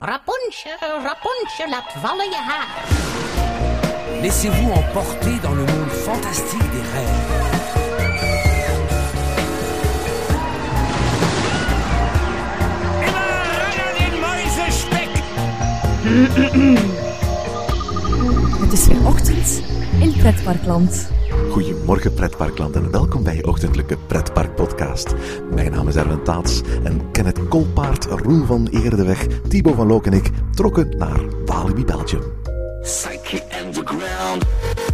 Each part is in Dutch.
Rapunzel, Rapunzel, laat vallen je haar. Laissez-vous emporter dans le monde fantastique des rêves. Immer ran an den muizenspek. Het is weer ochtend in Pretparkland. Goedemorgen Pretparkland en welkom bij je ochtendelijke Pretparkpodcast. Mijn naam is Erwin Taats en Kenneth Kolpaert, Roel van Eerdeweg, Thibaut van Look en ik trokken naar Walibi Belgium. Psyche Underground.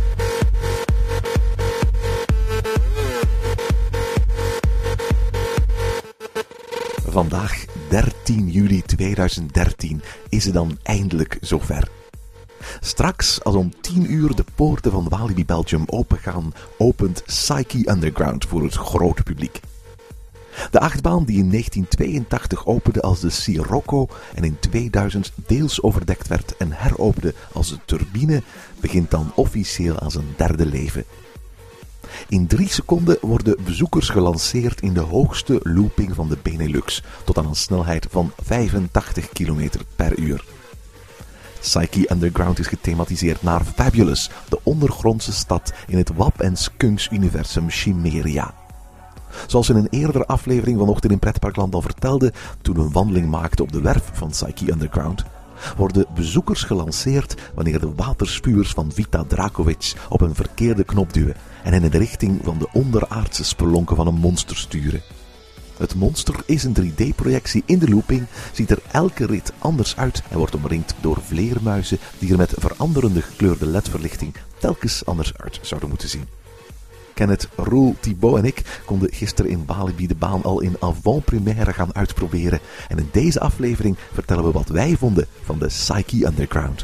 Vandaag, 13 juli 2013, is het dan eindelijk zover. Straks, als om 10 uur de poorten van Walibi Belgium opengaan, opent Psyche Underground voor het grote publiek. De achtbaan die in 1982 opende als de Sirocco en in 2000 deels overdekt werd en heropende als de Turbine, begint dan officieel aan zijn derde leven. In 3 seconden worden bezoekers gelanceerd in de hoogste looping van de Benelux, tot aan een snelheid van 85 km per uur. Psyche Underground is gethematiseerd naar Fabulous, de ondergrondse stad in het Wap en Skunks-universum Chimeria. Zoals we in een eerdere aflevering vanochtend in Pretparkland al vertelden, toen we een wandeling maakten op de werf van Psyche Underground, worden bezoekers gelanceerd wanneer de waterspuwers van Vita Dracovic op een verkeerde knop duwen en hen in de richting van de onderaardse spelonken van een monster sturen. Het monster is een 3D-projectie in de looping, ziet er elke rit anders uit en wordt omringd door vleermuizen die er met veranderende gekleurde ledverlichting telkens anders uit zouden moeten zien. Kenneth, Roel, Thibaut en ik konden gisteren in Walibi de baan al in avant-première gaan uitproberen en in deze aflevering vertellen we wat wij vonden van de Psyche Underground.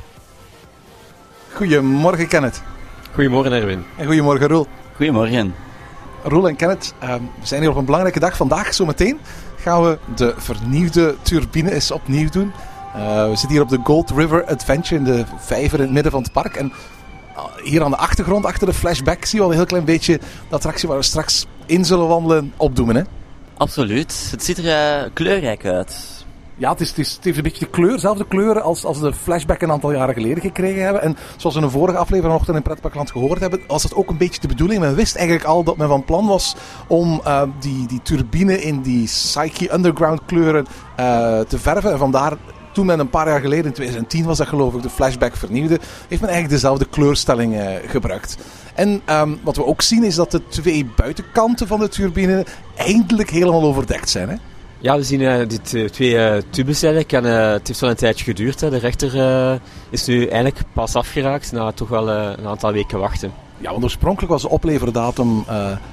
Goedemorgen Kenneth. Goedemorgen Erwin. En goedemorgen Roel. Goedemorgen. Roel en Kenneth, we zijn hier op een belangrijke dag. Vandaag, zometeen, gaan we de vernieuwde turbine eens opnieuw doen. We zitten hier op de Gold River Adventure in de vijver in het midden van het park. En hier aan de achtergrond, achter de flashback, zie je al een heel klein beetje de attractie waar we straks in zullen wandelen opdoemen. Hè? Absoluut. Het ziet er kleurrijk uit. Ja, het heeft een beetje de kleur, dezelfde kleuren als de flashback een aantal jaren geleden gekregen hebben. En zoals we in een vorige aflevering vanochtend in Pretparkland gehoord hebben, was het ook een beetje de bedoeling. Men wist eigenlijk al dat men van plan was om die turbine in die Psyche Underground kleuren te verven. En vandaar, toen men een paar jaar geleden, in 2010 was dat geloof ik, de flashback vernieuwde, heeft men eigenlijk dezelfde kleurstelling gebruikt. En wat we ook zien is dat de 2 buitenkanten van de turbine eindelijk helemaal overdekt zijn, hè? Ja, we zien die 2 tubes eigenlijk en het heeft wel een tijdje geduurd. Hè. De rechter is nu eindelijk pas afgeraakt na toch wel een aantal weken wachten. Ja, want oorspronkelijk was de opleverdatum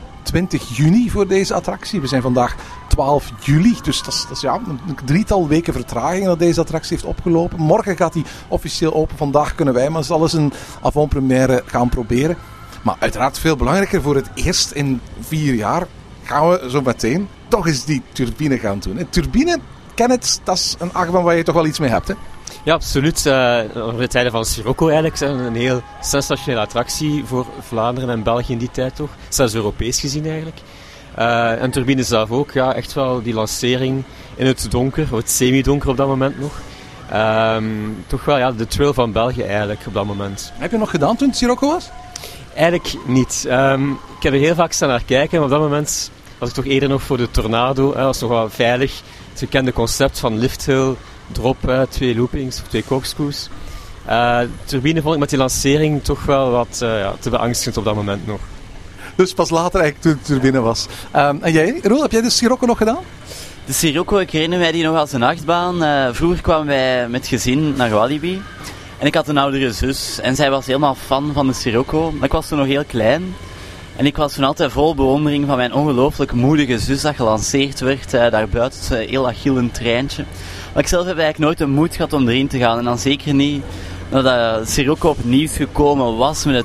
20 juni voor deze attractie. We zijn vandaag 12 juli, dus dat is ja, een 3-tal weken vertraging dat deze attractie heeft opgelopen. Morgen gaat die officieel open, vandaag kunnen wij maar alles een avant-première gaan proberen. Maar uiteraard veel belangrijker, voor het eerst in 4 jaar gaan we zo meteen toch eens die turbine gaan doen. En turbine, Kenneth, dat is een achtbaan waar je toch wel iets mee hebt, hè? Ja, absoluut. Over de tijden van Sirocco eigenlijk. Een heel sensationele attractie voor Vlaanderen en België in die tijd toch. Zelfs Europees gezien eigenlijk. En turbine zelf ook. Ja, echt wel die lancering in het donker, het semi-donker op dat moment nog. Toch wel ja, de trail van België eigenlijk op dat moment. Heb je nog gedaan toen het Sirocco was? Eigenlijk niet. Ik heb er heel vaak staan naar kijken, maar op dat moment was ik toch eerder nog voor de Tornado. Dat was nog wel veilig. Het gekende concept van lifthill, drop, 2 loopings of 2 corkscrews. Turbine vond ik met die lancering toch wel wat te beangstigend op dat moment nog. Dus pas later eigenlijk toen de turbine was. En jij, Roel, heb jij de Sirocco nog gedaan? De Sirocco, ik herinner mij die nog als een achtbaan. Vroeger kwamen wij met gezin naar Walibi. En ik had een oudere zus en zij was helemaal fan van de Sirocco. Maar ik was toen nog heel klein. En ik was toen altijd vol bewondering van mijn ongelooflijk moedige zus dat gelanceerd werd. Daar buiten, heel agiel een treintje. Maar ik zelf heb eigenlijk nooit de moed gehad om erin te gaan. En dan zeker niet nadat Sirocco op het nieuws gekomen was met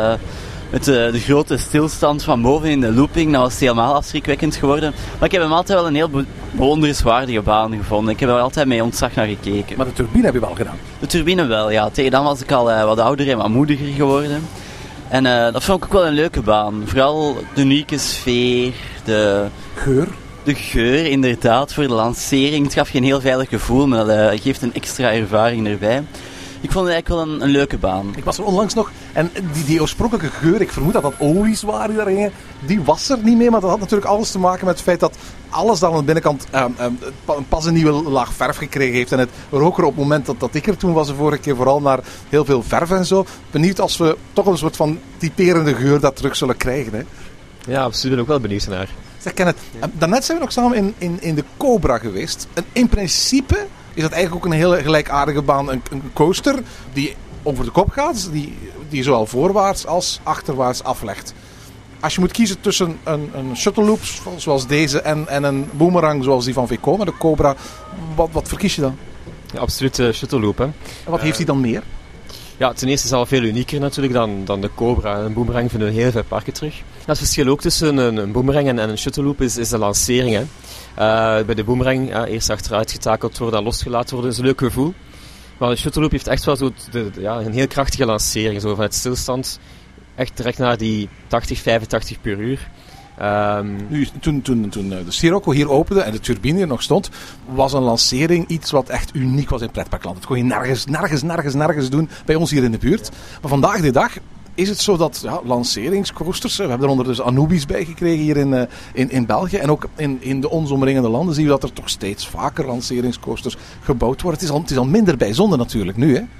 de grote stilstand van boven in de looping. Dat was helemaal afschrikwekkend geworden. Maar ik heb hem altijd wel een heel bewonderenswaardige baan gevonden. Ik heb er altijd met ontzag naar gekeken. Maar de turbine heb je wel gedaan? De turbine wel, ja. Tegen dan was ik al wat ouder en wat moediger geworden. En dat vond ik ook wel een leuke baan. Vooral de unieke sfeer, de geur. De geur, inderdaad, voor de lancering. Het gaf je een heel veilig gevoel, maar dat geeft een extra ervaring erbij. Ik vond het eigenlijk wel een leuke baan. Ik was er onlangs nog en die oorspronkelijke geur, ik vermoed dat dat olies waren die daar hingen, die was er niet meer. Maar dat had natuurlijk alles te maken met het feit dat alles daar aan de binnenkant pas een nieuwe laag verf gekregen heeft. En het rook er op het moment dat ik er toen was de vorige keer vooral naar heel veel verf en zo. Benieuwd als we toch een soort van typerende geur dat terug zullen krijgen. Hè? Ja, absoluut. Ik ben ook wel benieuwd naar. Zeg Kenneth, daarnet zijn we nog samen in de Cobra geweest. En in principe is dat eigenlijk ook een hele gelijkaardige baan. Een coaster die over de kop gaat, die zowel voorwaarts als achterwaarts aflegt. Als je moet kiezen tussen een shuttle loop zoals deze en een boomerang zoals die van Vekoma, de Cobra, wat verkies je dan? Ja, absoluut shuttle loop. Hè. En wat heeft hij dan meer? Ja, ten eerste is het al veel unieker natuurlijk dan de Cobra. Een boomerang vinden we heel veel parken terug. Ja, het verschil ook tussen een boomerang en een shuttle loop is de lancering. Hè. Bij de boomerang eerst achteruit getakeld worden en losgelaten worden is een leuk gevoel. Maar de shuttle loop heeft echt wel zo een heel krachtige lancering. Zo vanuit stilstand echt direct naar die 80, 85 per uur. Nu, toen de Sirocco hier opende en de turbine hier nog stond, was een lancering iets wat echt uniek was in pretparkland. Dat kon je nergens doen bij ons hier in de buurt. Maar vandaag de dag is het zo dat lanceringscoasters, we hebben er onder dus Anubis bij gekregen hier in België. En ook in de ons omringende landen zien we dat er toch steeds vaker lanceringscoasters gebouwd worden. Het is al minder bijzonder natuurlijk nu, hè?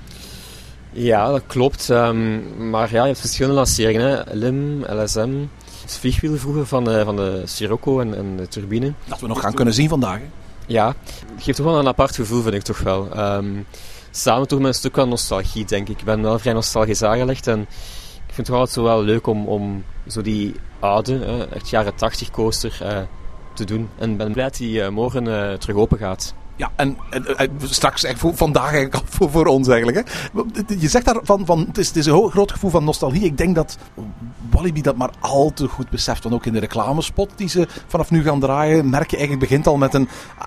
Ja, dat klopt. Maar ja, je hebt verschillende lanceringen. Hè. LIM, LSM, het vliegwiel vroeger van de Sirocco en de turbine. Dat we nog gaan kunnen zien vandaag, hè? Ja, het geeft toch wel een apart gevoel, vind ik toch wel. Samen toch met een stuk van nostalgie, denk ik. Ik ben wel vrij nostalgisch aangelegd en ik vind het toch altijd zo wel leuk om zo die oude, echt jaren 80 coaster te doen. En ben blij dat die morgen terug open gaat. Ja, en straks vandaag eigenlijk al voor ons eigenlijk. Hè. Je zegt daar van het is een groot gevoel van nostalgie. Ik denk dat Walibi dat maar al te goed beseft. Want ook in de reclamespot die ze vanaf nu gaan draaien, merk je eigenlijk begint al met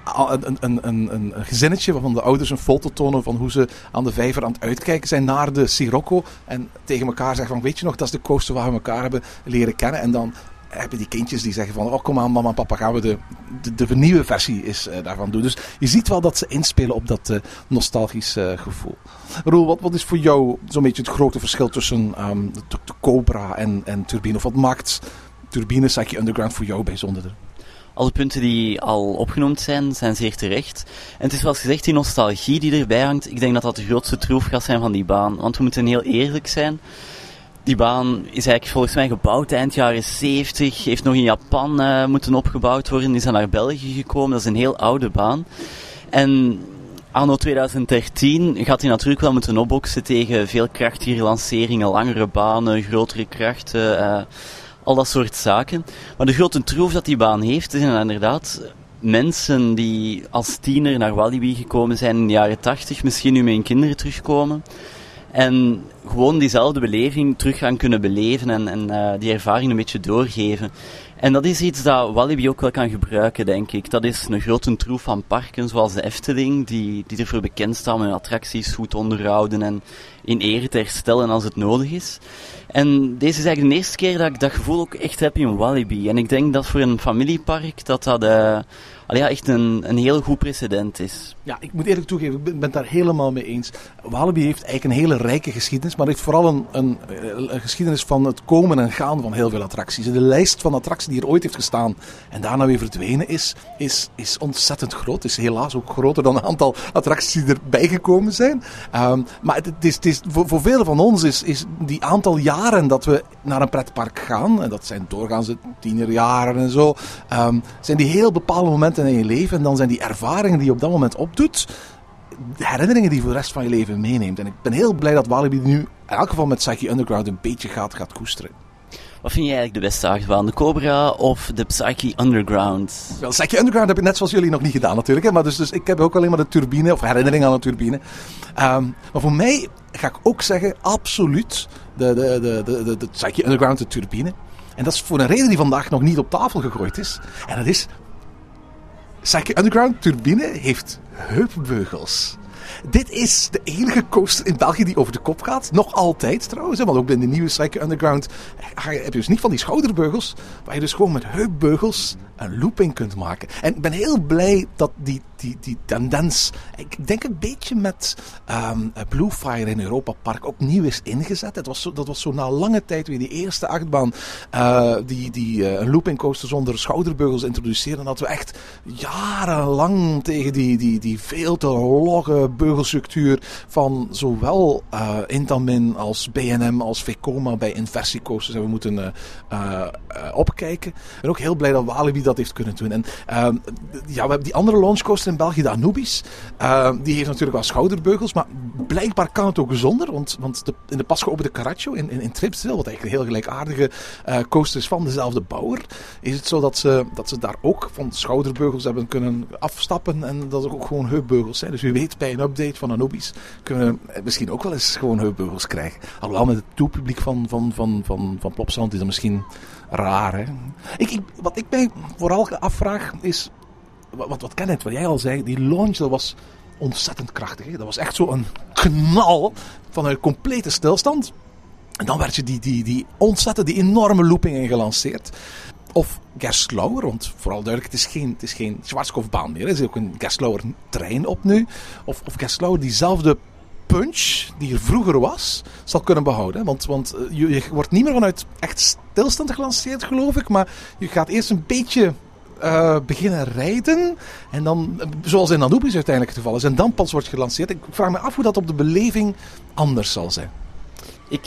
een gezinnetje waarvan de ouders een foto tonen van hoe ze aan de vijver aan het uitkijken zijn naar de Sirocco. En tegen elkaar zeggen van, weet je nog, dat is de coaster waar we elkaar hebben leren kennen. En dan hebben die kindjes die zeggen van, oh kom aan mama en papa, gaan we de nieuwe versie daarvan doen. Dus je ziet wel dat ze inspelen op dat nostalgisch gevoel. Roel, wat is voor jou zo'n beetje het grote verschil tussen de Cobra en Turbine? Of wat maakt Turbine Psyche Underground voor jou bijzonderder? Alle punten die al opgenoemd zijn zeer terecht. En het is zoals gezegd, die nostalgie die erbij hangt, ik denk dat dat de grootste troef gaat zijn van die baan. Want we moeten heel eerlijk zijn. Die baan is eigenlijk volgens mij gebouwd eind jaren 70, heeft nog in Japan moeten opgebouwd worden, is dan naar België gekomen. Dat is een heel oude baan. En anno 2013 gaat hij natuurlijk wel moeten opboksen tegen veel krachtigere lanceringen, langere banen, grotere krachten, al dat soort zaken. Maar de grote troef dat die baan heeft, zijn inderdaad mensen die als tiener naar Walibi gekomen zijn in de jaren 80, misschien nu met hun kinderen terugkomen. En gewoon diezelfde beleving terug gaan kunnen beleven en die ervaring een beetje doorgeven. En dat is iets dat Walibi ook wel kan gebruiken, denk ik. Dat is een grote troef van parken zoals de Efteling, die ervoor bekend staan om hun attracties goed te onderhouden en in ere te herstellen als het nodig is. En deze is eigenlijk de eerste keer dat ik dat gevoel ook echt heb in Walibi. En ik denk dat voor een familiepark dat echt een heel goed precedent is. Ja, ik moet eerlijk toegeven, ik ben het daar helemaal mee eens. Walibi heeft eigenlijk een hele rijke geschiedenis, maar heeft vooral een geschiedenis van het komen en gaan van heel veel attracties. En de lijst van attracties die er ooit heeft gestaan en daarna weer verdwenen is ontzettend groot. Is helaas ook groter dan een aantal attracties die erbij gekomen zijn. Maar het is voor velen van ons is die aantal jaren dat we naar een pretpark gaan, en dat zijn doorgaans de tienerjaren en zo, zijn die heel bepaalde momenten in je leven en dan zijn die ervaringen die je op dat moment opdoet, herinneringen die je voor de rest van je leven meeneemt. En ik ben heel blij dat Walibi nu in elk geval met Psyche Underground een beetje gaat koesteren. Wat vind jij eigenlijk de beste achtbaan? De Cobra of de Psyche Underground? Wel, Psyche Underground heb ik net zoals jullie nog niet gedaan natuurlijk. Hè? Maar dus ik heb ook alleen maar de turbine, of herinnering aan de turbine. Maar voor mij ga ik ook zeggen, absoluut de Psyche Underground, de turbine. En dat is voor een reden die vandaag nog niet op tafel gegooid is. En dat is, Psyche Underground turbine heeft heupbeugels. Dit is de enige coaster in België die over de kop gaat. Nog altijd trouwens, want ook in de nieuwe Psyche Underground heb je dus niet van die schouderbeugels, waar je dus gewoon met heupbeugels een looping kunt maken. En ik ben heel blij dat die tendens, ik denk een beetje met Bluefire in Europa Park opnieuw is ingezet. Dat was zo na lange tijd weer die eerste achtbaan die een looping coaster zonder schouderbeugels introduceerde. Dat we echt jarenlang tegen die veel te logge beugelstructuur van zowel Intamin als B&M als Vekoma bij inversiecoasters hebben moeten opkijken. En ook heel blij dat Walibi dat heeft kunnen doen. En we hebben die andere launchcoaster in België, de Anubis. Die heeft natuurlijk wel schouderbeugels, maar blijkbaar kan het ook zonder. Want in de pas geopende Caraccio in Tripsdrill, wat eigenlijk een heel gelijkaardige coaster is van dezelfde bouwer, is het zo dat ze daar ook van schouderbeugels hebben kunnen afstappen en dat er ook gewoon heupbeugels zijn. Dus wie weet, bij een update van Anubis kunnen we misschien ook wel eens gewoon heupbeugels krijgen. Alhoewel met het toepubliek van Plopsaland is dat misschien raar. Hè? Wat ik mij vooral afvraag is, wat Kenneth, wat jij al zei, die launch, dat was ontzettend krachtig. Hè? Dat was echt zo een knal van een complete stilstand. En dan werd je die enorme looping in gelanceerd. Of Gerstlauer, want vooral duidelijk, het is geen Schwarzkopfbaan meer. Het is ook een Gerstlauer trein op nu. Of Gerstlauer diezelfde punch die er vroeger was, zal kunnen behouden. Want je wordt niet meer vanuit echt stilstand gelanceerd, geloof ik. Maar je gaat eerst een beetje beginnen rijden. En dan, zoals in Anubis uiteindelijk het geval is. En dan pas wordt gelanceerd. Ik vraag me af hoe dat op de beleving anders zal zijn. Ik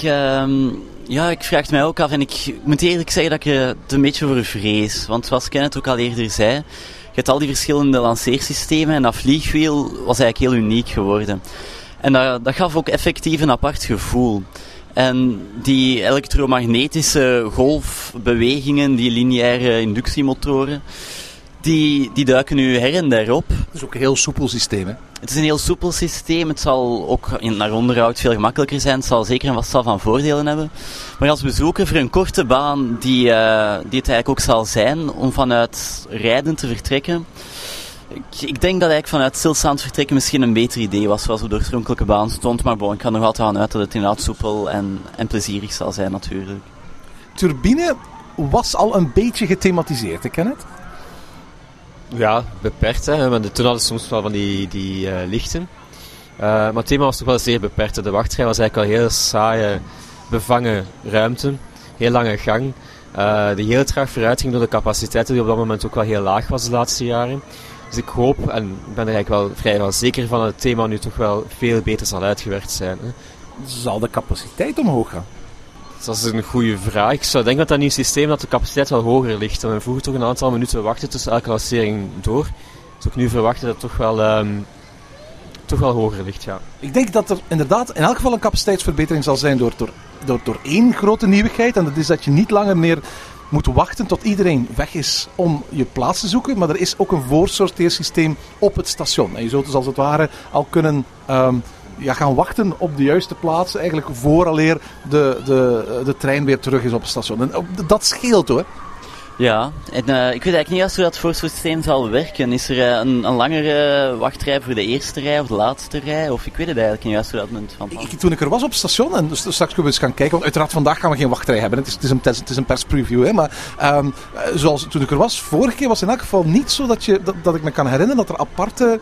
vraag het mij ook af en ik moet eerlijk zeggen dat ik het een beetje voor vrees. Want zoals Kenneth ook al eerder zei, je hebt al die verschillende lanceersystemen en dat vliegwiel was eigenlijk heel uniek geworden. En dat gaf ook effectief een apart gevoel. En die elektromagnetische golfbewegingen, die lineaire inductiemotoren, die duiken nu her en der op. Het is ook een heel soepel systeem, hè? Het is een heel soepel systeem. Het zal ook naar onderhoud veel gemakkelijker zijn. Het zal zeker en vast van voordelen hebben. Maar als bezoeker voor een korte baan die het eigenlijk ook zal zijn om vanuit rijden te vertrekken. Ik denk dat eigenlijk vanuit stilstaand vertrekken misschien een beter idee was zoals op de oorspronkelijke baan stond. Maar ik ga er nog altijd aan uit dat het inderdaad soepel en plezierig zal zijn natuurlijk. Turbine was al een beetje gethematiseerd, hè, Kenneth? Ja, beperkt. Hè. Want toen hadden ze soms wel van die lichten. Maar het thema was toch wel zeer beperkt. De wachtrij was eigenlijk al heel saaie, bevangen ruimte. Heel lange gang. Die heel traag vooruit ging door de capaciteit die op dat moment ook wel heel laag was de laatste jaren. Dus ik hoop, en ik ben er eigenlijk wel vrijwel zeker van, dat het thema nu toch wel veel beter zal uitgewerkt zijn. Hè. Zal de capaciteit omhoog gaan? Dat is een goede vraag. Ik zou denken dat dat nieuw systeem dat de capaciteit wel hoger ligt. We vroegen toch een aantal minuten wachten tussen elke lancering door. Dus ook nu verwachten dat het toch wel hoger ligt, ja. Ik denk dat er inderdaad in elk geval een capaciteitsverbetering zal zijn door één grote nieuwigheid. En dat is dat je niet langer meer moet wachten tot iedereen weg is om je plaats te zoeken. Maar er is ook een voorsorteersysteem op het station. En je zult dus als het ware al kunnen gaan wachten op de juiste plaats. Eigenlijk vooraleer de trein weer terug is op het station. En dat scheelt hoor. Ja, en ik weet eigenlijk niet hoe dat voorsortsysteem zal werken. Is er een langere wachtrij voor de eerste rij of de laatste rij? Of ik weet het eigenlijk niet juist hoe dat moet van. Toen ik er was op het station, en dus straks kunnen we eens gaan kijken, want uiteraard vandaag gaan we geen wachtrij hebben. Het is een perspreview, hè, maar zoals toen ik er was, vorige keer was het in elk geval niet zo dat ik me kan herinneren dat er aparte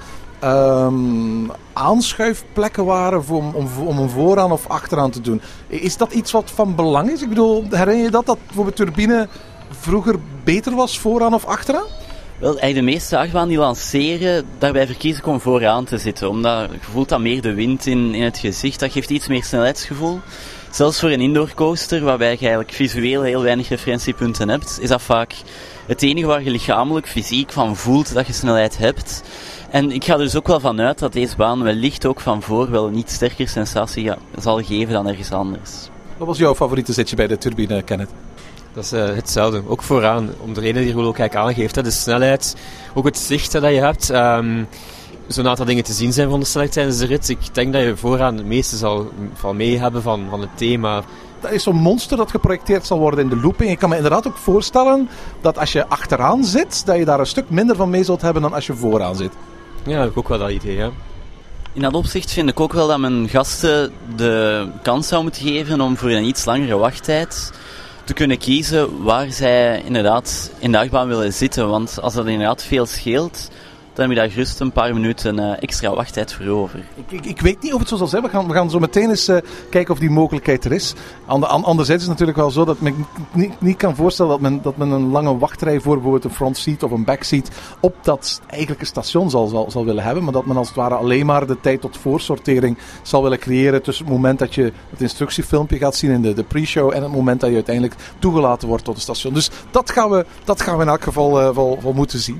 aanschuifplekken waren om een vooraan of achteraan te doen. Is dat iets wat van belang is? Ik bedoel, herinner je dat bijvoorbeeld turbine vroeger beter was vooraan of achteraan? Wel, eigenlijk de meeste achtbanen die lanceren, daarbij verkiezen ik om vooraan te zitten. Omdat je voelt dan meer de wind in het gezicht. Dat geeft iets meer snelheidsgevoel. Zelfs voor een indoor coaster, waarbij je eigenlijk visueel heel weinig referentiepunten hebt, is dat vaak het enige waar je lichamelijk, fysiek van voelt dat je snelheid hebt. En ik ga er dus ook wel van uit dat deze baan wellicht ook van voor wel een iets sterker sensatie zal geven dan ergens anders. Wat was jouw favoriete zitje bij de turbine, Kenneth? Dat is hetzelfde. Ook vooraan, om de reden die Roel ook eigenlijk aangeeft. Hè. De snelheid, ook het zicht dat je hebt. Zo'n aantal dingen te zien zijn van de snelheid tijdens de rit. Ik denk dat je vooraan het meeste zal mee hebben van het thema. Dat is zo'n monster dat geprojecteerd zal worden in de looping. Ik kan me inderdaad ook voorstellen dat als je achteraan zit, dat je daar een stuk minder van mee zult hebben dan als je vooraan zit. Ja, dat heb ik ook wel dat idee, ja. In dat opzicht vind ik ook wel dat mijn gasten de kans zou moeten geven om voor een iets langere wachttijd te kunnen kiezen waar zij inderdaad in de achtbaan willen zitten. Want als dat inderdaad veel scheelt, dan heb je daar gerust een paar minuten extra wachttijd voor over. Ik weet niet of het zo zal zijn. We gaan zo meteen eens kijken of die mogelijkheid er is. Anderzijds is het natuurlijk wel zo dat men niet kan voorstellen dat men een lange wachtrij voor bijvoorbeeld een front seat of een back seat op dat eigenlijke station zal willen hebben. Maar dat men als het ware alleen maar de tijd tot voorsortering zal willen creëren tussen het moment dat je het instructiefilmpje gaat zien in de pre-show en het moment dat je uiteindelijk toegelaten wordt tot het station. Dus dat gaan we in elk geval wel moeten zien.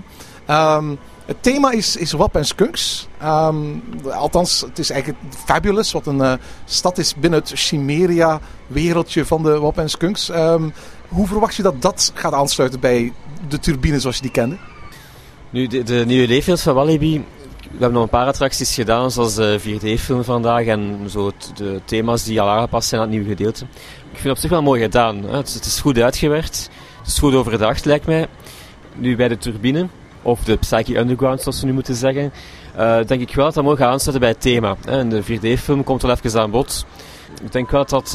Het thema is WAP en Skunks. Althans, het is eigenlijk Fabulous, wat een stad is binnen het Chimeria-wereldje van de WAP en Skunks. Hoe verwacht je dat gaat aansluiten bij de turbine zoals je die kende? Nu, de nieuwe leefwereld van Walibi, we hebben nog een paar attracties gedaan, zoals de 4D-film vandaag en zo de thema's die al aangepast zijn aan het nieuwe gedeelte. Ik vind het op zich wel mooi gedaan. Hè? Het is goed uitgewerkt, het is goed overdacht, lijkt mij. Nu bij de turbine, of de Psyche Underground, zoals we nu moeten zeggen, denk ik wel dat mooi gaat aansluiten bij het thema. En de 4D-film komt wel even aan bod. Ik denk wel dat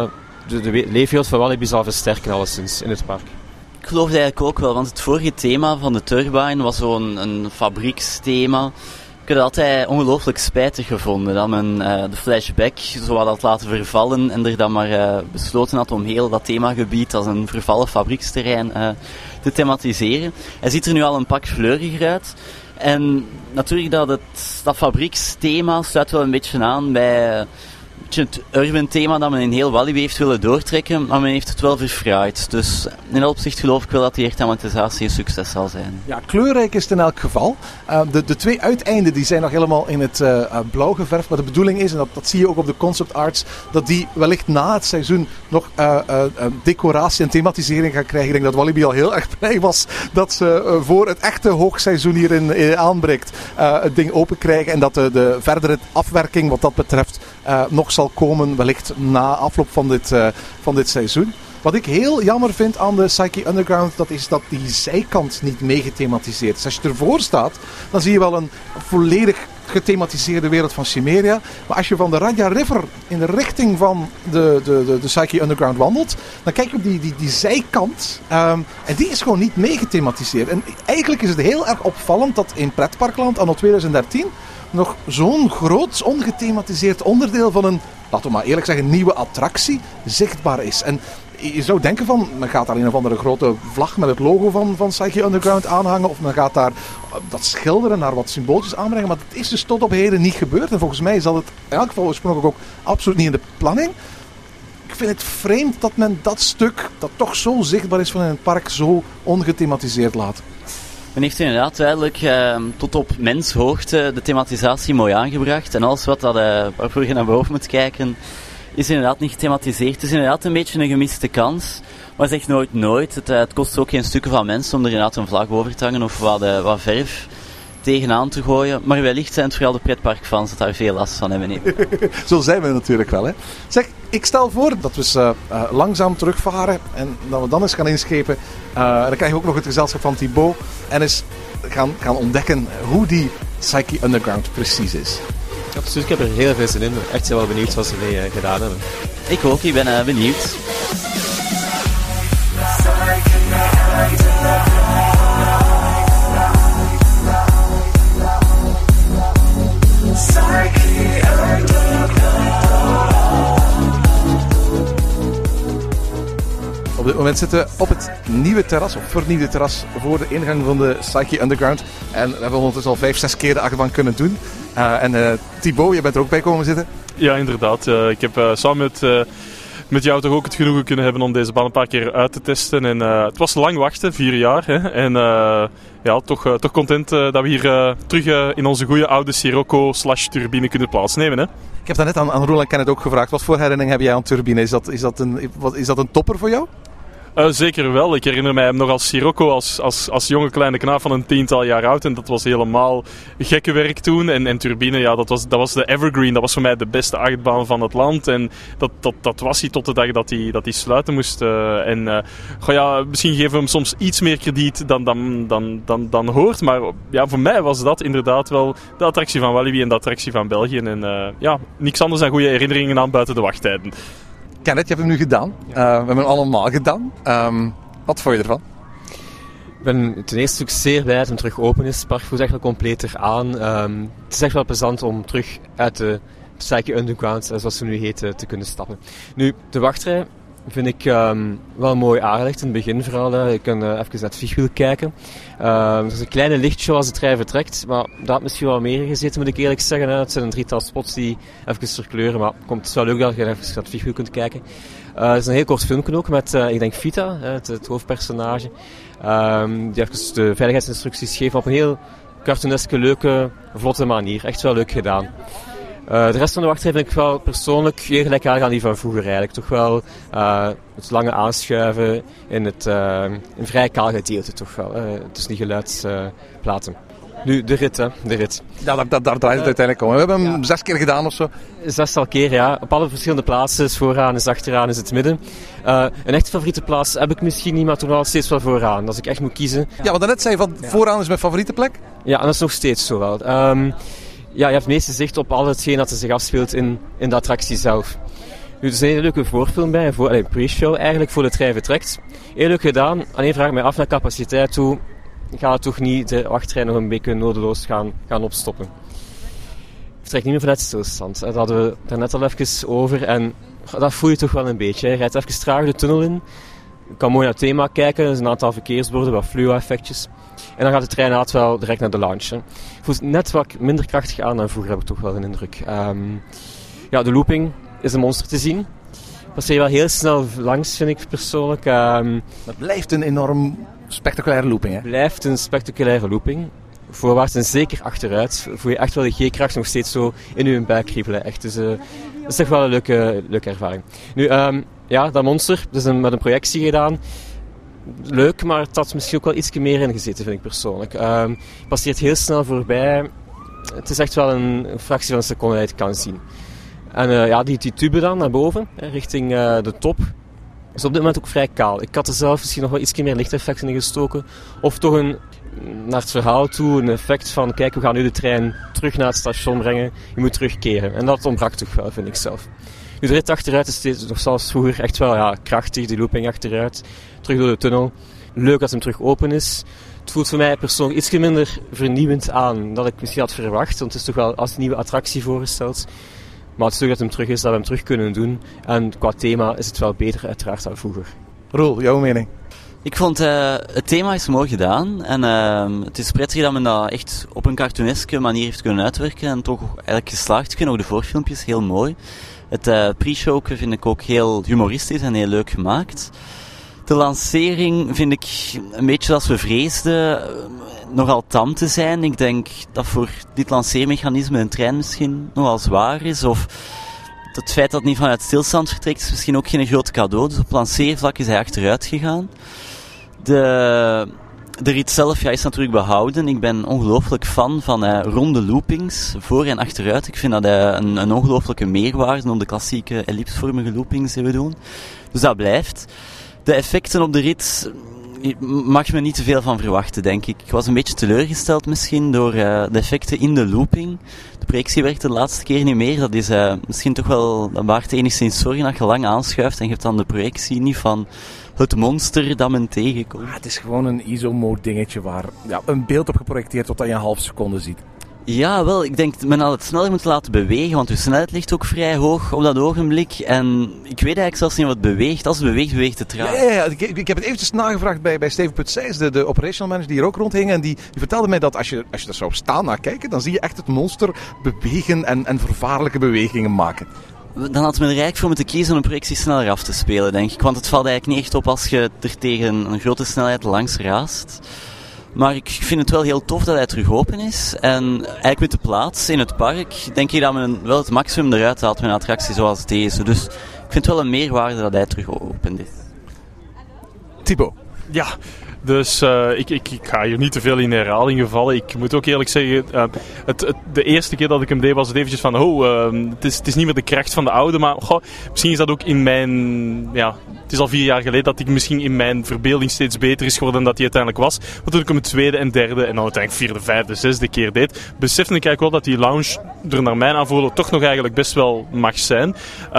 de leefwereld van Walibi zal versterken, alleszins, in het park. Ik geloof het eigenlijk ook wel, want het vorige thema van de Turbine was zo'n fabrieksthema. Ik heb het altijd ongelooflijk spijtig gevonden dat men de flashback zo wat had laten vervallen en er dan maar besloten had om heel dat themagebied als een vervallen fabrieksterrein te thematiseren. Hij ziet er nu al een pak fleuriger uit. En natuurlijk dat fabrieksthema sluit wel een beetje aan bij het urban thema dat men in heel Walibi heeft willen doortrekken, maar men heeft het wel verfraaid. Dus in dat opzicht geloof ik wel dat die herthematisatie een succes zal zijn. Ja, kleurrijk is het in elk geval. De twee uiteinden die zijn nog helemaal in het blauw geverfd, maar de bedoeling is, en dat zie je ook op de concept arts, dat die wellicht na het seizoen nog decoratie en thematisering gaan krijgen. Ik denk dat Walibi al heel erg blij was dat ze voor het echte hoogseizoen hierin aanbreekt het ding open krijgen en dat de verdere afwerking wat dat betreft nog zal komen, wellicht na afloop van dit seizoen. Wat ik heel jammer vind aan de Psyche Underground, dat is dat die zijkant niet meegethematiseerd is. Als je ervoor staat, dan zie je wel een volledig gethematiseerde wereld van Chimeria. Maar als je van de Raja River in de richting van de Psyche Underground wandelt, dan kijk je op die zijkant en die is gewoon niet meegethematiseerd. En eigenlijk is het heel erg opvallend dat in Pretparkland anno 2013 nog zo'n groot ongethematiseerd onderdeel van een, laten we maar eerlijk zeggen, nieuwe attractie zichtbaar is. En je zou denken van, men gaat daar een of andere grote vlag met het logo van Psyche Underground aanhangen, of men gaat daar dat schilderen, naar wat symbooltjes aanbrengen, maar dat is dus tot op heden niet gebeurd. En volgens mij zat het in elk geval oorspronkelijk ook absoluut niet in de planning. Ik vind het vreemd dat men dat stuk, dat toch zo zichtbaar is van in het park, zo ongethematiseerd laat. Men heeft inderdaad duidelijk tot op menshoogte de thematisatie mooi aangebracht. En alles waarvoor je naar boven moet kijken, is inderdaad niet gethematiseerd. Het is inderdaad een beetje een gemiste kans. Maar zeg nooit. Het kost ook geen stukken van mensen om er inderdaad een vlag over te hangen of wat verf tegenaan te gooien. Maar wellicht zijn het vooral de pretparkfans dat daar veel last van hebben. Zo zijn we natuurlijk wel. Hè. Zeg, ik stel voor dat we langzaam terugvaren en dat we dan eens gaan inschepen. Dan krijgen we ook nog het gezelschap van Thibaut en eens gaan ontdekken hoe die Psyche Underground precies is. Absoluut, ik heb er heel veel zin in. Echt wel benieuwd wat ze mee gedaan hebben. Ik ook, ik ben benieuwd. Op dit moment zitten we op het nieuwe terras, of vernieuwde terras, voor de ingang van de Psyche Underground. En we hebben ondertussen al 5-6 keer de achtbaan kunnen doen. Thibaut, je bent er ook bij komen zitten. Ja, inderdaad. Ik heb samen met jou toch ook het genoegen kunnen hebben om deze baan een paar keer uit te testen. En het was lang wachten, 4 jaar. Hè? En toch content dat we hier terug in onze goede oude Sirocco/turbine kunnen plaatsnemen. Hè? Ik heb daarnet aan Roel en Kenneth ook gevraagd, wat voor herinnering heb jij aan turbine? Is dat een topper voor jou? Zeker wel. Ik herinner mij hem nog als Sirocco, als jonge kleine knaap van een 10-tal jaar oud. En dat was helemaal gekke werk toen. En Turbine, ja, dat was de evergreen. Dat was voor mij de beste achtbaan van het land. En dat was hij tot de dag dat hij sluiten moest. Misschien geven we hem soms iets meer krediet dan hoort. Maar ja, voor mij was dat inderdaad wel de attractie van Walibi en de attractie van België. En niks anders dan goede herinneringen aan buiten de wachttijden. Kenneth, je hebt hem nu gedaan. We hebben hem allemaal gedaan. Wat vond je ervan? Ik ben ten eerste ook zeer blij dat hem terug open is. Het park voelt echt wel completer aan. Het is echt wel plezant om terug uit de Psyche Underground, zoals ze nu heet, te kunnen stappen. Nu, de wachtrij vind ik wel mooi aangelegd in het begin vooral. Je kan even naar het vliegwiel kijken. Er is een kleine lichtshow als de trein vertrekt, maar dat had misschien wel meer gezeten, moet ik eerlijk zeggen. Het zijn een 3-tal spots die even verkleuren, maar het is wel leuk dat je even naar het vliegwiel kunt kijken. Er is een heel kort filmpje ook met, ik denk Vita, het hoofdpersonage, die even de veiligheidsinstructies geeft op een heel cartooneske, leuke, vlotte manier. Echt wel leuk gedaan. De rest van de wachtrij vind ik wel persoonlijk heel gelijkaardig aan die van vroeger eigenlijk. Toch wel het lange aanschuiven in het een vrij kaal gedeelte toch wel. Het is niet geluidsplaten. Nu, de rit. Ja, daar draait het uiteindelijk om. We hebben hem 6 keer gedaan of zo. 6 keer, ja. Op alle verschillende plaatsen. Is vooraan, is achteraan, is het midden. Een echt favoriete plaats heb ik misschien niet, maar toch wel steeds wel vooraan. Als ik echt moet kiezen. Ja, want daarnet zei je van vooraan is mijn favoriete plek. Ja, en dat is nog steeds zo wel. Ja, je hebt het meeste zicht op al hetgeen dat er zich afspeelt in de attractie zelf. Nu, er is een hele leuke voorfilm bij, een pre-show eigenlijk, voor de trein vertrekt. Heel leuk gedaan, alleen vraag ik mij af naar capaciteit toe. Gaat het toch niet de wachtrij nog een beetje nodeloos gaan opstoppen? Ik vertrek niet meer vanuit stilstand. Dat hadden we daarnet al even over en dat voel je toch wel een beetje. Je rijdt even traag de tunnel in. Je kan mooi naar het thema kijken, er is een aantal verkeersborden, wat fluo-effectjes. En dan gaat de trein inderdaad wel direct naar de lounge. Hè. Voelt net wat minder krachtig aan dan vroeger, heb ik toch wel een indruk. Ja, de looping is een monster te zien. Passeer je wel heel snel langs, vind ik persoonlijk. Het blijft een enorm spectaculaire looping, hè? Het blijft een spectaculaire looping. Voorwaarts en zeker achteruit voel je echt wel de G-kracht nog steeds zo in je buik kriebelen. Echt. Dus dat is toch wel een leuke ervaring. Nu, ja, dat monster, dat is met een projectie gedaan. Leuk, maar het had misschien ook wel iets meer in gezeten, vind ik persoonlijk. Je passeert heel snel voorbij. Het is echt wel een fractie van een seconde dat je het kan zien. En ja, die tube dan naar boven, richting de top, is op dit moment ook vrij kaal. Ik had er zelf misschien nog wel iets meer lichteffecten in gestoken. Of toch naar het verhaal toe een effect van, kijk, we gaan nu de trein terug naar het station brengen. Je moet terugkeren. En dat ontbrak toch wel, vind ik zelf. Nu, de rit achteruit is steeds, nog zoals vroeger, echt wel krachtig. Die looping achteruit, terug door de tunnel. Leuk dat hem terug open is. Het voelt voor mij persoonlijk iets minder vernieuwend aan dan ik misschien had verwacht. Want het is toch wel als een nieuwe attractie voorgesteld. Maar het is leuk dat hem terug is, dat we hem terug kunnen doen. En qua thema is het wel beter uiteraard dan vroeger. Roel, jouw mening? Ik vond het thema is mooi gedaan. En het is prettig dat men dat echt op een cartooneske manier heeft kunnen uitwerken. En toch eigenlijk geslaagd. Ik vind ook de voorfilmpjes heel mooi. Het pre-show vind ik ook heel humoristisch en heel leuk gemaakt. De lancering vind ik een beetje zoals we vreesden nogal tam te zijn. Ik denk dat voor dit lanceermechanisme een trein misschien nogal zwaar is. Of het feit dat het niet vanuit stilstand vertrekt is misschien ook geen groot cadeau. Dus op lanceervlak is hij achteruit gegaan. De rit zelf is natuurlijk behouden. Ik ben ongelooflijk fan van ronde loopings, voor en achteruit. Ik vind dat een ongelooflijke meerwaarde op de klassieke ellipsvormige loopings die we doen. Dus dat blijft. De effecten op de rit mag men niet te veel van verwachten, denk ik. Ik was een beetje teleurgesteld misschien door de effecten in de looping. De projectie werkte de laatste keer niet meer. Dat is misschien toch wel, dat baart enigszins zorgen dat je lang aanschuift en je hebt dan de projectie niet van het monster dat men tegenkomt. Het is gewoon een ISO-mode dingetje waar een beeld op geprojecteerd tot dat je een half seconde ziet. Ja, wel, ik denk dat men al het sneller moet laten bewegen, want de snelheid ligt ook vrij hoog op dat ogenblik. En ik weet eigenlijk zelfs niet wat het beweegt. Als het beweegt, beweegt het traag. Ja. Ik heb het eventjes nagevraagd bij Steven Putsijs, de operational manager die hier ook rondhing. En die vertelde mij dat als je er zou staan naar kijken, dan zie je echt het monster bewegen en vervaarlijke bewegingen maken. Dan had men er eigenlijk voor moeten kiezen om een projectie sneller af te spelen, denk ik. Want het valt eigenlijk niet echt op als je er tegen een grote snelheid langs raast. Maar ik vind het wel heel tof dat hij terug open is. En eigenlijk met de plaats in het park denk ik dat men wel het maximum eruit haalt met een attractie zoals deze. Dus ik vind het wel een meerwaarde dat hij terug open is. Thibaut. Ja, Dus ik ga hier niet te veel in herhaling vallen. Ik moet ook eerlijk zeggen, de eerste keer dat ik hem deed was het eventjes van, het is niet meer de kracht van de oude, maar misschien is dat ook in mijn, het is al 4 jaar geleden dat ik misschien in mijn verbeelding steeds beter is geworden dan dat hij uiteindelijk was. Maar toen ik hem de tweede en derde en dan uiteindelijk 4e, 5e, 6e keer deed, besefte ik eigenlijk wel dat die lounge er naar mijn aanvoelen toch nog eigenlijk best wel mag zijn.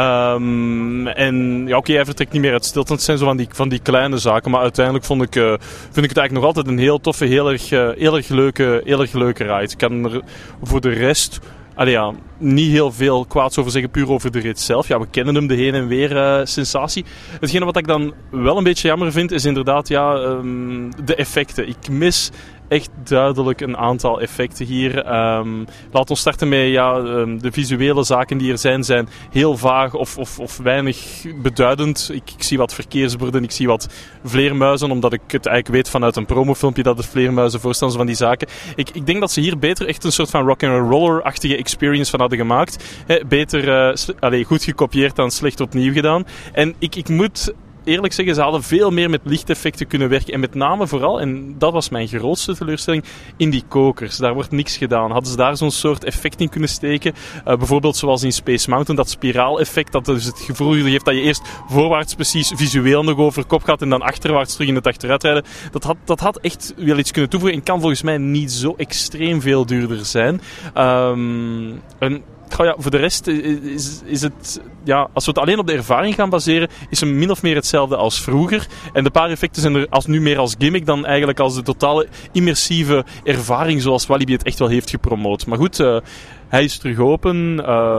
Hij vertrekt niet meer uit stilte. Het zijn zo van die kleine zaken, maar uiteindelijk vind ik het eigenlijk nog altijd een heel toffe, heel erg leuke ride. Ik kan er voor de rest niet heel veel kwaads over zeggen, puur over de rit zelf. Ja, we kennen hem, de heen en weer sensatie. Hetgene wat ik dan wel een beetje jammer vind, is inderdaad de effecten. Ik mis echt duidelijk een aantal effecten hier. Laat ons starten met de visuele zaken die er zijn heel vaag of weinig beduidend. Ik zie wat verkeersborden, ik zie wat vleermuizen, omdat ik het eigenlijk weet vanuit een promofilmpje dat het vleermuizen voorstellen van die zaken. Ik denk dat ze hier beter echt een soort van rock'n'roller-achtige experience van hadden gemaakt. Beter goed gekopieerd dan slecht opnieuw gedaan. En ik moet eerlijk zeggen, ze hadden veel meer met lichteffecten kunnen werken. En met name vooral, en dat was mijn grootste teleurstelling, in die kokers. Daar wordt niks gedaan. Hadden ze daar zo'n soort effect in kunnen steken? Bijvoorbeeld zoals in Space Mountain, dat spiraaleffect, dat dus het gevoel geeft dat je eerst voorwaarts precies visueel nog over kop gaat en dan achterwaarts terug in het achteruitrijden. Dat had echt wel iets kunnen toevoegen en kan volgens mij niet zo extreem veel duurder zijn. Voor de rest is het, als we het alleen op de ervaring gaan baseren, is hem min of meer hetzelfde als vroeger. En de paar effecten zijn er nu meer als gimmick dan eigenlijk als de totale immersieve ervaring zoals Walibi het echt wel heeft gepromoot. Maar goed, hij is terug open.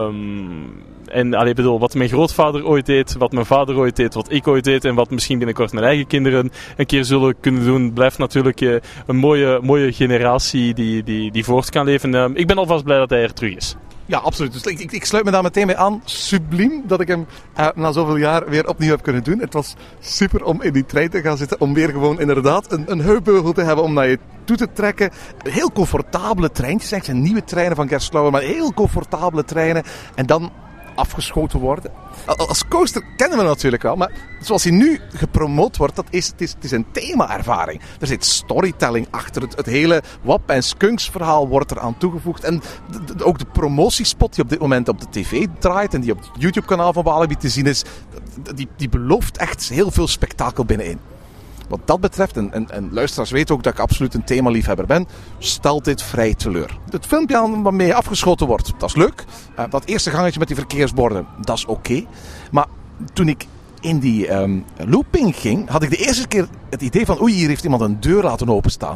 Wat mijn grootvader ooit deed, wat mijn vader ooit deed, wat ik ooit deed en wat misschien binnenkort mijn eigen kinderen een keer zullen kunnen doen, blijft natuurlijk een mooie generatie die voort kan leven. Ik ben alvast blij dat hij er terug is. Ja, absoluut. Dus ik sluit me daar meteen bij aan. Subliem dat ik hem na zoveel jaar weer opnieuw heb kunnen doen. Het was super om in die trein te gaan zitten. Om weer gewoon inderdaad een heupbeugel te hebben om naar je toe te trekken. Heel comfortabele treintjes. Het zijn nieuwe treinen van Gerstlauer, maar heel comfortabele treinen. En dan afgeschoten worden. Als coaster kennen we natuurlijk wel, maar zoals hij nu gepromoot wordt, het is een thema-ervaring. Er zit storytelling achter. Het hele Wap en Skunks verhaal wordt eraan toegevoegd. En ook de promotiespot die op dit moment op de tv draait en die op het YouTube-kanaal van Walibi te zien is, die belooft echt heel veel spektakel binnenin. Wat dat betreft, en luisteraars weten ook dat ik absoluut een themaliefhebber ben, stelt dit vrij teleur. Het filmpje waarmee afgeschoten wordt, dat is leuk. Dat eerste gangetje met die verkeersborden, dat is oké. Maar toen ik in die looping ging, had ik de eerste keer het idee van hier heeft iemand een deur laten openstaan.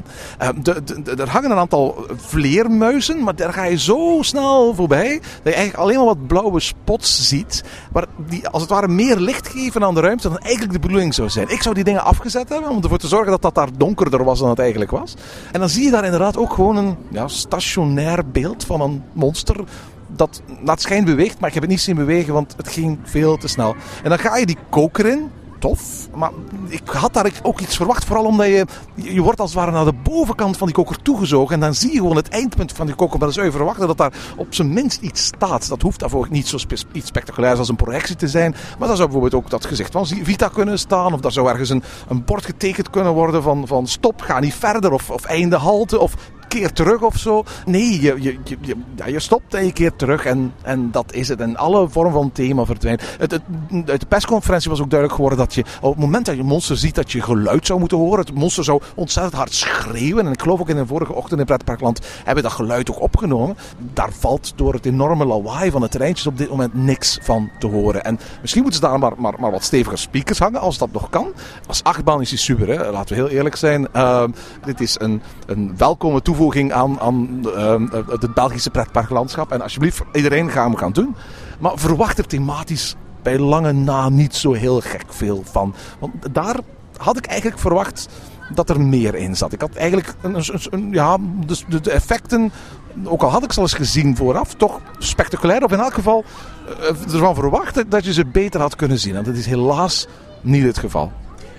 Er hangen een aantal vleermuizen, maar daar ga je zo snel voorbij dat je eigenlijk alleen maar wat blauwe spots ziet, maar die als het ware meer licht geven aan de ruimte dan eigenlijk de bedoeling zou zijn. Ik zou die dingen afgezet hebben om ervoor te zorgen dat daar donkerder was dan het eigenlijk was. En dan zie je daar inderdaad ook gewoon een stationair beeld van een monster dat naar het schijn beweegt, maar ik heb het niet zien bewegen, want het ging veel te snel. En dan ga je die koker in. Tof, maar ik had daar ook iets verwacht. Vooral omdat je wordt als het ware naar de bovenkant van die koker toegezogen. En dan zie je gewoon het eindpunt van die koker. Maar dan zou je verwachten dat daar op zijn minst iets staat. Dat hoeft daarvoor niet zo iets spectaculairs als een projectie te zijn. Maar dan zou bijvoorbeeld ook dat gezicht van Vita kunnen staan. Of daar zou ergens een bord getekend kunnen worden van stop, ga niet verder. Of einde halte. Of keer terug of zo. Nee, je stopt en je keert terug en dat is het. En alle vorm van thema verdwijnt. Uit de persconferentie was ook duidelijk geworden dat je op het moment dat je monster ziet, dat je geluid zou moeten horen. Het monster zou ontzettend hard schreeuwen. En ik geloof ook in de vorige ochtend in Pretparkland hebben we dat geluid ook opgenomen. Daar valt door het enorme lawaai van de treintjes op dit moment niks van te horen. En misschien moeten ze daar maar wat steviger speakers hangen, als dat nog kan. Als achtbaan is die super, hè? Laten we heel eerlijk zijn. Dit is een welkome toevoeging aan het Belgische pretparklandschap. En alsjeblieft, iedereen gaan doen. Maar verwacht er thematisch bij lange na niet zo heel gek veel van. Want daar had ik eigenlijk verwacht dat er meer in zat. Ik had eigenlijk de effecten, ook al had ik ze al eens gezien vooraf, toch spectaculair. Of in elk geval ervan verwacht dat je ze beter had kunnen zien. En dat is helaas niet het geval.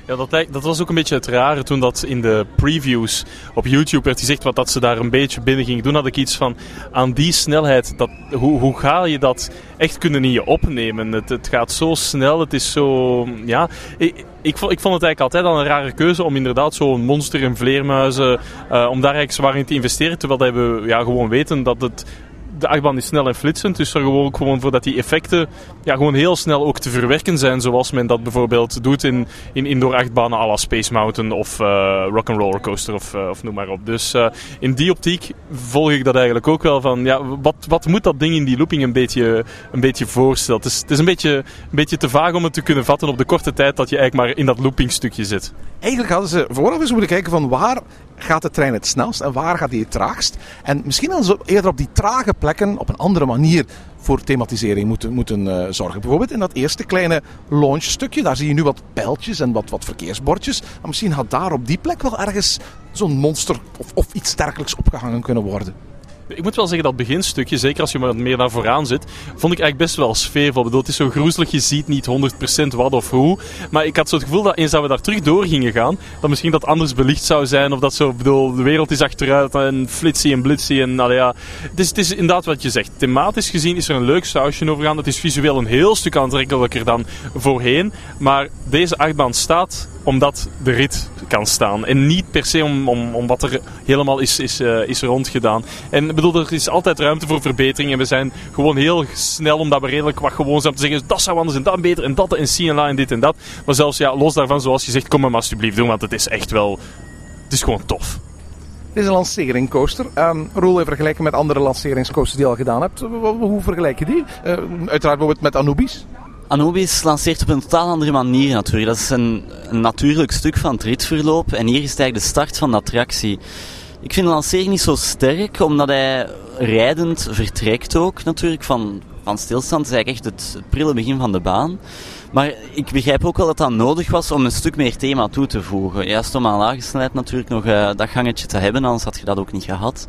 Ja, dat was ook een beetje het rare toen dat in de previews op YouTube werd gezegd wat dat ze daar een beetje binnen ging doen. Had ik iets van, aan die snelheid, hoe ga je dat echt kunnen in je opnemen? Het gaat zo snel, het is zo... Ja, ik vond het eigenlijk altijd al een rare keuze om inderdaad zo'n monster en vleermuizen, om daar eigenlijk zwaar in te investeren. Terwijl we gewoon weten dat de achtbaan is snel en flitsend, dus er gewoon voor dat die effecten gewoon heel snel ook te verwerken zijn, zoals men dat bijvoorbeeld doet in indoor achtbanen à la Space Mountain of Rock'n'Roller Coaster of noem maar op. Dus in die optiek volg ik dat eigenlijk ook wel van, wat moet dat ding in die looping een beetje voorstellen? Het is een beetje te vaag om het te kunnen vatten op de korte tijd dat je eigenlijk maar in dat loopingstukje zit. Eigenlijk hadden ze vooraf eens moeten kijken van waar gaat de trein het snelst en waar gaat die het traagst. En misschien hadden ze eerder op die trage plekken op een andere manier voor thematisering moeten zorgen. Bijvoorbeeld in dat eerste kleine launchstukje, daar zie je nu wat pijltjes en wat verkeersbordjes. Maar misschien had daar op die plek wel ergens zo'n monster of iets dergelijks opgehangen kunnen worden. Ik moet wel zeggen dat beginstukje, zeker als je maar meer naar vooraan zit, vond ik eigenlijk best wel sfeervol. Ik bedoel, het is zo groezelig, je ziet niet 100% wat of hoe. Maar ik had zo het gevoel dat eens dat we daar terug door gingen gaan, dat misschien dat anders belicht zou zijn. Of dat zo, de wereld is achteruit en flitsie en blitsie. En, het is inderdaad wat je zegt. Thematisch gezien is er een leuk sausje overgaan. Het is visueel een heel stuk aantrekkelijker dan voorheen. Maar deze achtbaan staat omdat de rit kan staan. En niet per se om wat er helemaal is rondgedaan. En ik bedoel, er is altijd ruimte voor verbetering. En we zijn gewoon heel snel, omdat we redelijk wat gewoon zijn om te zeggen, dat zou anders en dat beter en dat en CNA en dit en dat. Maar zelfs los daarvan, zoals je zegt, kom hem alsjeblieft doen, want het is echt wel... Het is gewoon tof. Dit is een lanceringscoaster. Roel, in vergelijking met andere lanceringscoasters die je al gedaan hebt, hoe vergelijk je die? Uiteraard bijvoorbeeld met Anubis. Anubis lanceert op een totaal andere manier natuurlijk. Dat is een natuurlijk stuk van het ritverloop en hier is het eigenlijk de start van de attractie. Ik vind de lancering niet zo sterk, omdat hij rijdend vertrekt ook natuurlijk van stilstand. Het is eigenlijk echt het prille begin van de baan. Maar ik begrijp ook wel dat dat nodig was om een stuk meer thema toe te voegen. Juist om aan lage snelheid natuurlijk nog dat gangetje te hebben, anders had je dat ook niet gehad.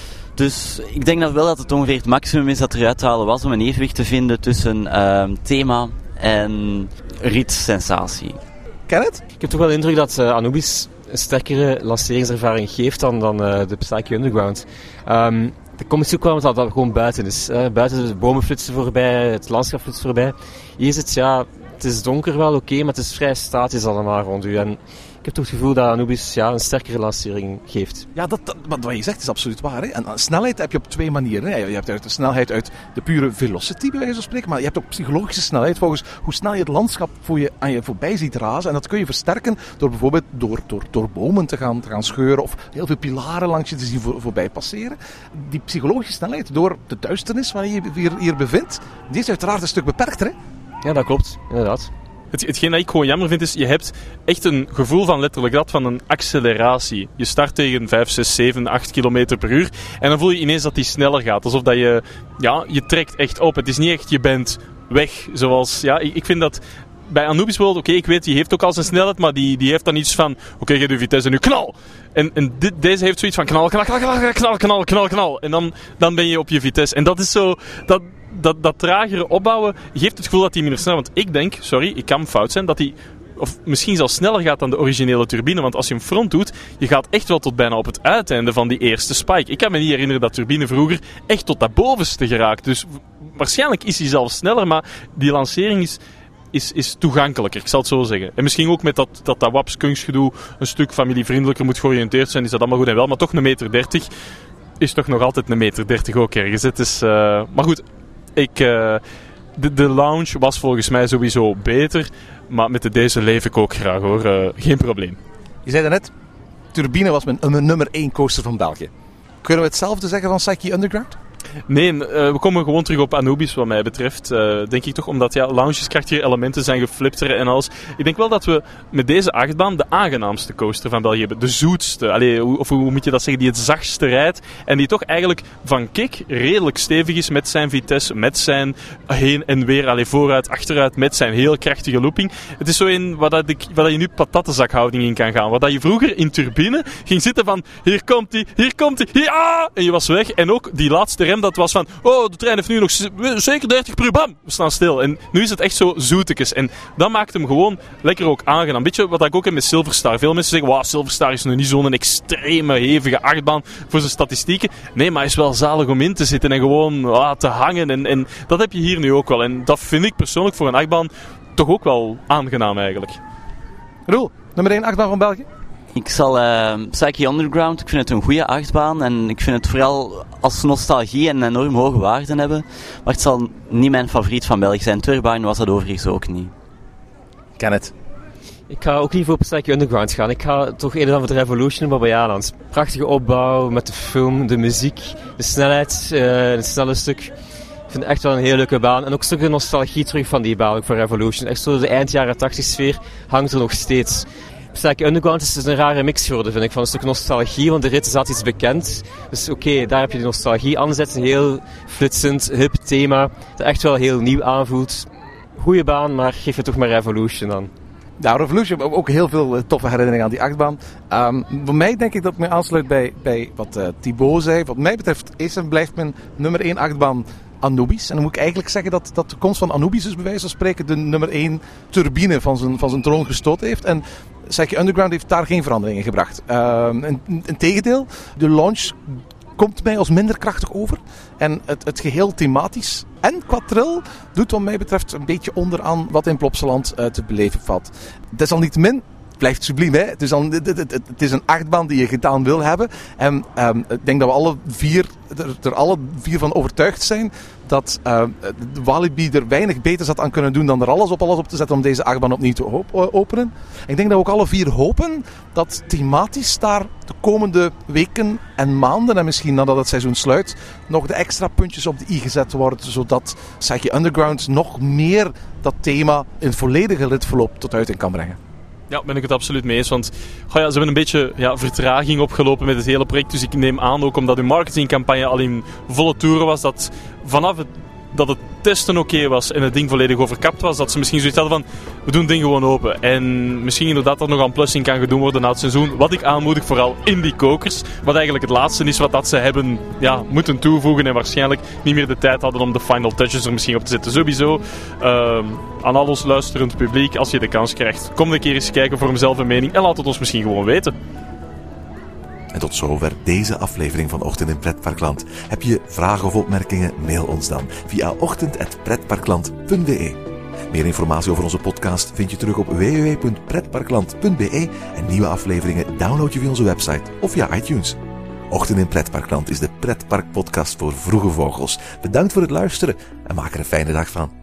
Dus ik denk wel dat het ongeveer het maximum is dat eruit te halen was om een evenwicht te vinden tussen thema en ritsensatie. Kenneth? Ik heb toch wel de indruk dat Anubis een sterkere lanceringservaring geeft dan de Psyche Underground. Dat komt misschien ook wel omdat dat gewoon buiten is. Buiten de bomen flitsen voorbij, het landschap flitst voorbij. Hier is het is donker wel oké, maar het is vrij statisch allemaal rond u. En ik heb toch het gevoel dat Anubis een sterkere lancering geeft. Ja, wat je zegt is absoluut waar. Hè? En snelheid heb je op twee manieren. Hè? Je hebt de snelheid uit de pure velocity, bij wijze van spreken. Maar je hebt ook psychologische snelheid volgens hoe snel je het landschap aan je voorbij ziet razen. En dat kun je versterken door bijvoorbeeld door bomen te gaan scheuren. Of heel veel pilaren langs je te zien voorbij passeren. Die psychologische snelheid door de duisternis waarin je hier bevindt, die is uiteraard een stuk beperkter. Hè? Ja, dat klopt. Inderdaad. Hetgeen dat ik gewoon jammer vind is, je hebt echt een gevoel van letterlijk dat van een acceleratie. Je start tegen 5, 6, 7, 8 kilometer per uur en dan voel je ineens dat die sneller gaat. Alsof dat je trekt echt op. Het is niet echt, je bent weg. Zoals, ik vind dat bij Anubis World, ik weet, die heeft ook al zijn snelheid, maar die heeft dan iets van, je hebt de vitesse en nu knal! En deze heeft zoiets van knal, knal, knal, knal, knal, knal, knal. En dan ben je op je vitesse. En dat is zo... Dat tragere opbouwen geeft het gevoel dat hij minder snel... Want ik denk, ik kan fout zijn, dat hij... Of misschien zelfs sneller gaat dan de originele turbine. Want als je hem front doet, je gaat echt wel tot bijna op het uiteinde van die eerste spike. Ik kan me niet herinneren dat turbine vroeger echt tot dat bovenste geraakt. Dus waarschijnlijk is hij zelfs sneller, maar die lancering is toegankelijker, ik zal het zo zeggen. En misschien ook met dat waps-kunstgedoe een stuk familievriendelijker moet georiënteerd zijn, is dat allemaal goed en wel. Maar toch 1,30 meter is toch nog altijd 1,30 meter ook ergens. Het is, maar goed... De lounge was volgens mij sowieso beter, maar met deze leef ik ook graag hoor, geen probleem. Je zei daarnet, Turbine was mijn nummer 1 coaster van België. Kunnen we hetzelfde zeggen van Psyche Underground? Nee, we komen gewoon terug op Anubis wat mij betreft. Denk ik toch, omdat lounges, krachtige elementen zijn geflipter en alles. Ik denk wel dat we met deze achtbaan de aangenaamste coaster van België hebben. De zoetste, of hoe moet je dat zeggen, die het zachtste rijdt. En die toch eigenlijk van kick redelijk stevig is met zijn vitesse, met zijn heen en weer, vooruit, achteruit, met zijn heel krachtige looping. Het is zo een waar je nu patattenzakhouding in kan gaan. Waar dat je vroeger in turbine ging zitten van, hier komt hij, ja! En je was weg. En ook die laatste geremd. Dat was van, oh, de trein heeft nu nog zeker 30 per uur, bam, we staan stil. En nu is het echt zo zoetekes. En dat maakt hem gewoon lekker ook aangenaam. Beetje wat ik ook heb met Silverstar. Veel mensen zeggen, wow, Silverstar is nu niet zo'n extreme, hevige achtbaan voor zijn statistieken. Nee, maar hij is wel zalig om in te zitten en gewoon te hangen. En dat heb je hier nu ook wel. En dat vind ik persoonlijk voor een achtbaan toch ook wel aangenaam eigenlijk. Roel, nummer 1 achtbaan van België? Ik zal Psyche Underground, ik vind het een goede achtbaan en ik vind het vooral als nostalgie een enorm hoge waarde hebben. Maar het zal niet mijn favoriet van België zijn. Turbine was dat overigens ook niet. Kenneth. Ik ga ook niet voor Psyche Underground gaan. Ik ga toch eerder dan voor de Revolution in Babayana. Prachtige opbouw met de film, de muziek, de snelheid, het snelle stuk. Ik vind het echt wel een hele leuke baan. En ook een stukje nostalgie terug van die baan ook voor Revolution. Echt zo de eind jaren 80 sfeer hangt er nog steeds. Psyche Underground is een rare mix geworden, vind ik, van een stuk nostalgie, want de rit is altijd iets bekend. Dus oké, daar heb je de nostalgie aanzet, een heel flitsend, hip thema, dat echt wel heel nieuw aanvoelt. Goeie baan, maar geef je toch maar Revolution aan. Ja, Revolution, ook heel veel toffe herinneringen aan die achtbaan. Voor mij denk ik dat ik me aansluit bij wat Thibaut zei. Wat mij betreft is en blijft mijn nummer 1 achtbaan Anubis. En dan moet ik eigenlijk zeggen dat de komst van Anubis dus bij wijze van spreken de nummer 1 turbine van zijn troon gestoten heeft. En Psyche Underground heeft daar geen veranderingen gebracht. Integendeel, de launch komt mij als minder krachtig over. En het geheel thematisch en qua trill doet wat mij betreft een beetje onderaan wat in Plopsaland te beleven valt. Desalniettemin blijft subliem, hè? Het is een achtbaan die je gedaan wil hebben. En ik denk dat we alle vier van overtuigd zijn dat Walibi er weinig beter zat aan kunnen doen dan er alles op te zetten om deze achtbaan opnieuw te openen. Ik denk dat we ook alle vier hopen dat thematisch daar de komende weken en maanden en misschien nadat het seizoen sluit nog de extra puntjes op de i gezet worden, zodat Psyche Underground nog meer dat thema in volledige ritverloop tot uiting kan brengen. Ja, ben ik het absoluut mee eens. Want ze hebben een beetje vertraging opgelopen met het hele project. Dus ik neem aan, ook omdat hun marketingcampagne al in volle toeren was, dat vanaf dat het testen oké was en het ding volledig overkapt was, dat ze misschien zoiets hadden van, we doen het ding gewoon open. En misschien inderdaad dat er nog aan plussing kan gedaan worden na het seizoen. Wat ik aanmoedig, vooral in die kokers. Wat eigenlijk het laatste is wat dat ze hebben moeten toevoegen en waarschijnlijk niet meer de tijd hadden om de final touches er misschien op te zetten. Sowieso, aan al ons luisterend publiek, als je de kans krijgt, kom een keer eens kijken voor mezelf een mening en laat het ons misschien gewoon weten. En tot zover deze aflevering van Ochtend in Pretparkland. Heb je vragen of opmerkingen? Mail ons dan via ochtend@pretparkland.be. Meer informatie over onze podcast vind je terug op www.pretparkland.be en nieuwe afleveringen download je via onze website of via iTunes. Ochtend in Pretparkland is de pretparkpodcast voor vroege vogels. Bedankt voor het luisteren en maak er een fijne dag van.